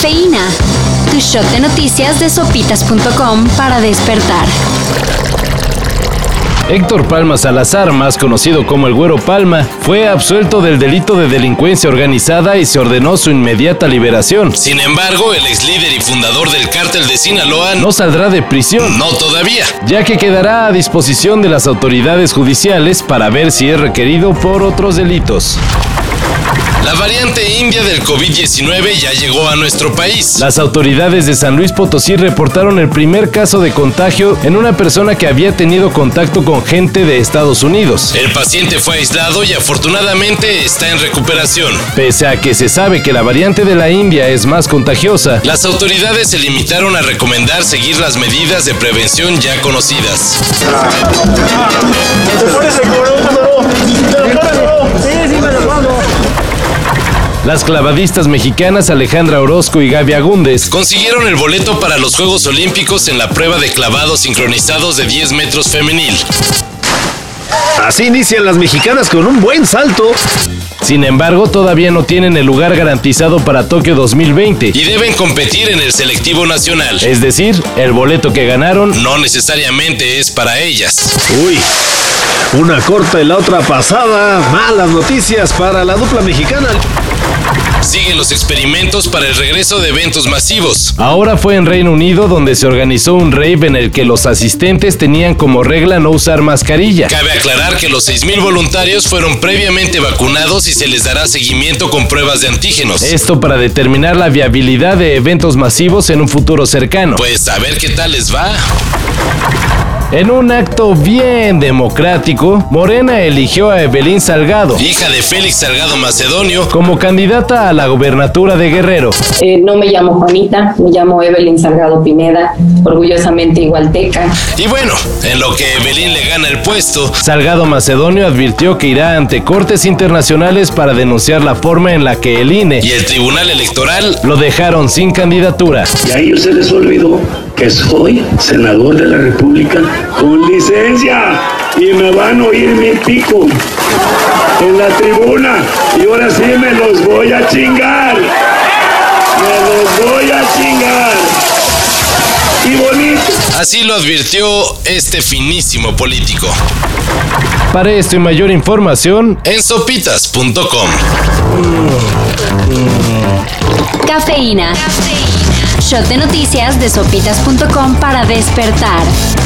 Cafeína, tu shot de noticias de sopitas.com para despertar. Héctor Palma Salazar, más conocido como el Güero Palma, fue absuelto del delito de delincuencia organizada y se ordenó su inmediata liberación. Sin embargo, el ex líder y fundador del cártel de Sinaloa no saldrá de prisión. No todavía, ya que quedará a disposición de las autoridades judiciales para ver si es requerido por otros delitos. La variante india del COVID-19 ya llegó a nuestro país. Las autoridades de San Luis Potosí reportaron el primer caso de contagio en una persona que había tenido contacto con gente de Estados Unidos. El paciente fue aislado y afortunadamente está en recuperación. Pese a que se sabe que la variante de la India es más contagiosa, las autoridades se limitaron a recomendar seguir las medidas de prevención ya conocidas. Las clavadistas mexicanas Alejandra Orozco y Gaby Agúndez consiguieron el boleto para los Juegos Olímpicos en la prueba de clavados sincronizados de 10 metros femenil. Así inician las mexicanas con un buen salto. Sin embargo, todavía no tienen el lugar garantizado para Tokio 2020 y deben competir en el selectivo nacional. Es decir, el boleto que ganaron no necesariamente es para ellas. Uy, una corta y la otra pasada. Malas noticias para la dupla mexicana. Siguen los experimentos para el regreso de eventos masivos. Ahora fue en Reino Unido donde se organizó un rave en el que los asistentes tenían como regla no usar mascarilla. Cabe aclarar que los 6,000 voluntarios fueron previamente vacunados y se les dará seguimiento con pruebas de antígenos. Esto para determinar la viabilidad de eventos masivos en un futuro cercano. Pues a ver qué tal les va. En un acto bien democrático, Morena eligió a Evelyn Salgado, hija de Félix Salgado Macedonio, como candidata a la gobernatura de Guerrero. No me llamo Juanita, me llamo Evelyn Salgado Pineda, orgullosamente igualteca. Y bueno, en lo que Evelyn le gana el puesto, Salgado Macedonio advirtió que irá ante cortes internacionales para denunciar la forma en la que el INE y el Tribunal Electoral lo dejaron sin candidatura. Y a ellos se les olvidó que soy senador de la República con licencia y me van a oír mi pico en la tribuna y ahora sí me los voy a chingar. Me los voy a chingar. Y bonito. Así lo advirtió este finísimo político. Para esto y mayor información en sopitas.com. Cafeína. Shot de noticias de sopitas.com para despertar.